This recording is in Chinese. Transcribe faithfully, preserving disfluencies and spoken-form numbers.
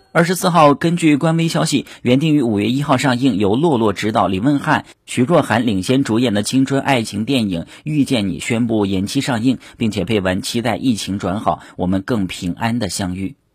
二十四号，根据官微消息，原定于五月一号上映，由洛洛执导、李汶翰、徐若涵领衔主演的青春爱情电影《遇见你》宣布延期上映，并且配文期待疫情转好，我们更平安的相遇。